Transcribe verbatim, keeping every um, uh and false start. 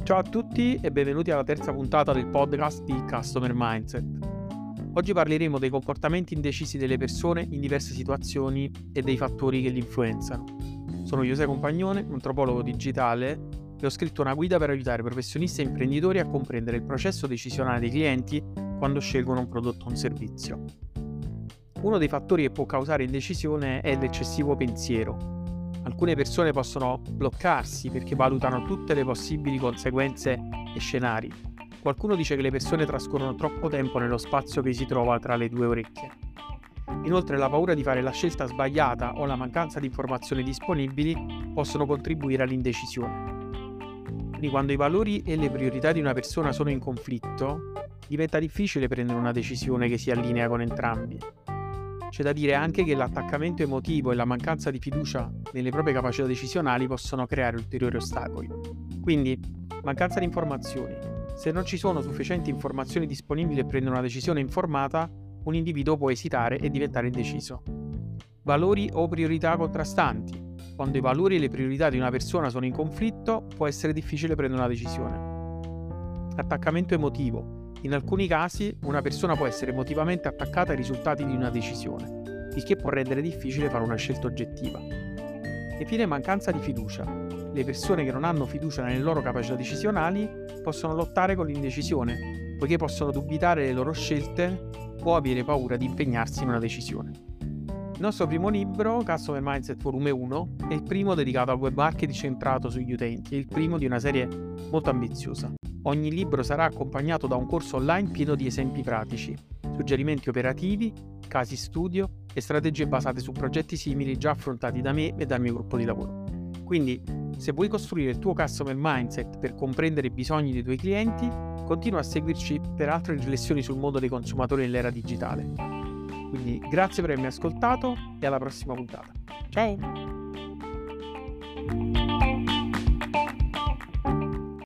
Ciao a tutti e benvenuti alla terza puntata del podcast di Customer Mindset. Oggi parleremo dei comportamenti indecisi delle persone in diverse situazioni e dei fattori che li influenzano. Sono José Compagnone, antropologo digitale, e ho scritto una guida per aiutare professionisti e imprenditori a comprendere il processo decisionale dei clienti quando scelgono un prodotto o un servizio. Uno dei fattori che può causare indecisione è l'eccessivo pensiero. Alcune persone possono bloccarsi perché valutano tutte le possibili conseguenze e scenari. Qualcuno dice che le persone trascorrono troppo tempo nello spazio che si trova tra le due orecchie. Inoltre la paura di fare la scelta sbagliata o la mancanza di informazioni disponibili possono contribuire all'indecisione. Quindi quando i valori e le priorità di una persona sono in conflitto, diventa difficile prendere una decisione che si allinea con entrambi. C'è da dire anche che l'attaccamento emotivo e la mancanza di fiducia nelle proprie capacità decisionali possono creare ulteriori ostacoli. Quindi, mancanza di informazioni. Se non ci sono sufficienti informazioni disponibili per prendere una decisione informata, un individuo può esitare e diventare indeciso. Valori o priorità contrastanti. Quando i valori e le priorità di una persona sono in conflitto, può essere difficile prendere una decisione. Attaccamento emotivo. In alcuni casi, una persona può essere emotivamente attaccata ai risultati di una decisione, il che può rendere difficile fare una scelta oggettiva. E infine, mancanza di fiducia. Le persone che non hanno fiducia nelle loro capacità decisionali possono lottare con l'indecisione, poiché possono dubitare delle loro scelte o avere paura di impegnarsi in una decisione. Il nostro primo libro, Customer Mindset Volume uno, è il primo dedicato al web marketing centrato sugli utenti, è il primo di una serie molto ambiziosa. Ogni libro sarà accompagnato da un corso online pieno di esempi pratici, suggerimenti operativi, casi studio e strategie basate su progetti simili già affrontati da me e dal mio gruppo di lavoro. Quindi, se vuoi costruire il tuo customer mindset per comprendere i bisogni dei tuoi clienti, continua a seguirci per altre riflessioni sul mondo dei consumatori nell'era digitale. Quindi, grazie per avermi ascoltato e alla prossima puntata. Ciao!